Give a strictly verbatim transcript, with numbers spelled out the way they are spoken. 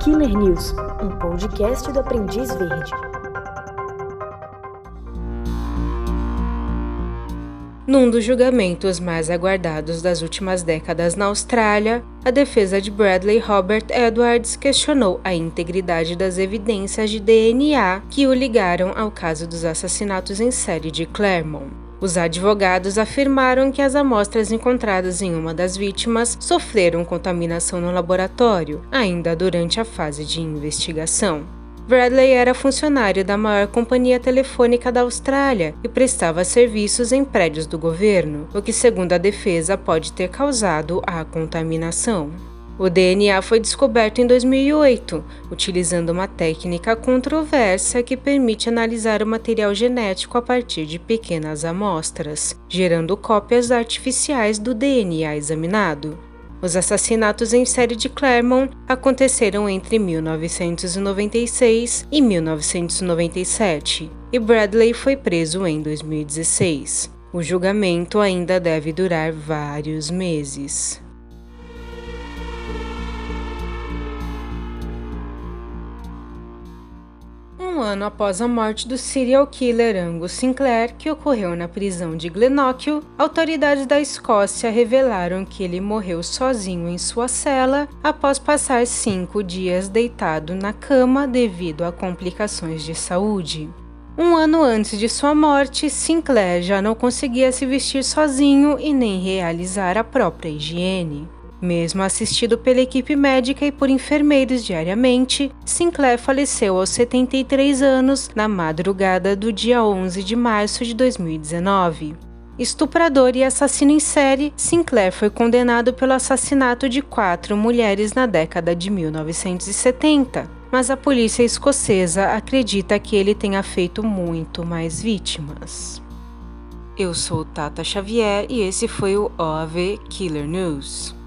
Killer News, um podcast do Aprendiz Verde. Num dos julgamentos mais aguardados das últimas décadas na Austrália, a defesa de Bradley Robert Edwards questionou a integridade das evidências de D N A que o ligaram ao caso dos assassinatos em série de Claremont. Os advogados afirmaram que as amostras encontradas em uma das vítimas sofreram contaminação no laboratório, ainda durante a fase de investigação. Bradley era funcionário da maior companhia telefônica da Austrália e prestava serviços em prédios do governo, o que, segundo a defesa, pode ter causado a contaminação. O D N A foi descoberto em dois mil e oito, utilizando uma técnica controversa que permite analisar o material genético a partir de pequenas amostras, gerando cópias artificiais do D N A examinado. Os assassinatos em série de Claremont aconteceram entre mil novecentos e noventa e seis e mil novecentos e noventa e sete, e Bradley foi preso em dois mil e dezesseis. O julgamento ainda deve durar vários meses. Um ano após a morte do serial killer Angus Sinclair, que ocorreu na prisão de Glenorchy, autoridades da Escócia revelaram que ele morreu sozinho em sua cela após passar cinco dias deitado na cama devido a complicações de saúde. Um ano antes de sua morte, Sinclair já não conseguia se vestir sozinho e nem realizar a própria higiene. Mesmo assistido pela equipe médica e por enfermeiros diariamente, Sinclair faleceu aos setenta e três anos na madrugada do dia onze de março de dois mil e dezenove. Estuprador e assassino em série, Sinclair foi condenado pelo assassinato de quatro mulheres na década de mil novecentos e setenta, mas a polícia escocesa acredita que ele tenha feito muito mais vítimas. Eu sou Tata Xavier e esse foi o O A V Killer News.